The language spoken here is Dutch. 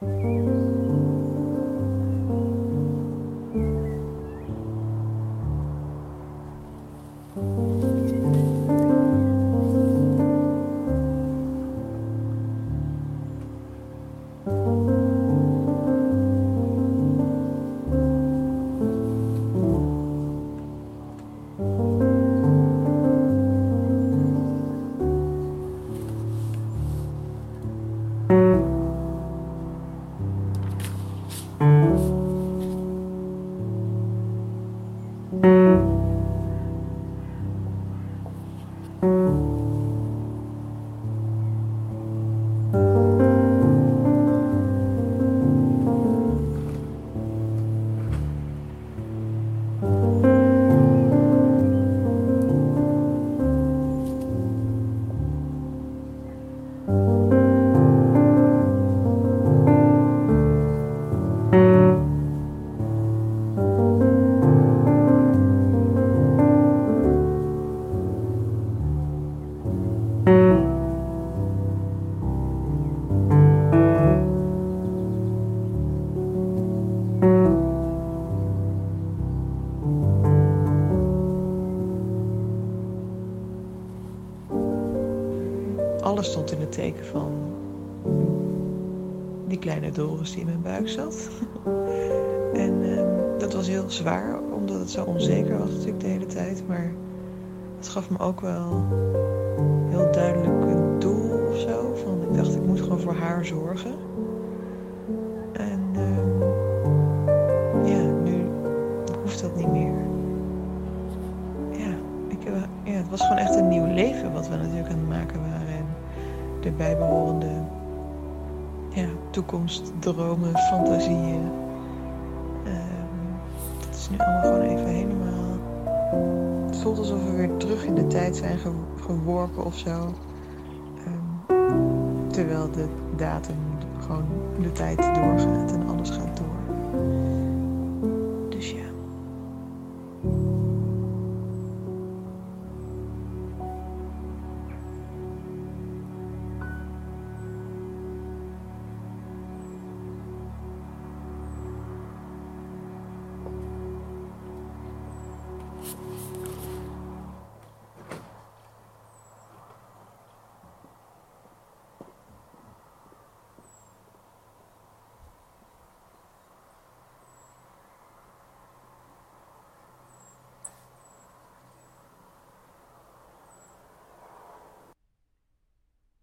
Alles stond in het teken van die kleine Doris die in mijn buik zat. En dat was heel zwaar, omdat het zo onzeker was natuurlijk de hele tijd. Maar het gaf me ook wel heel duidelijk een doel of zo. Van, ik dacht, ik moet gewoon voor haar zorgen. En nu hoeft dat niet meer. Het was gewoon echt een nieuw leven wat we natuurlijk aan het maken waren. En de bijbehorende toekomstdromen, fantasieën. Dat is nu allemaal gewoon even helemaal... Het voelt alsof we weer terug in de tijd zijn geworpen of zo. Terwijl de datum gewoon de tijd doorgaat en alles gaat door.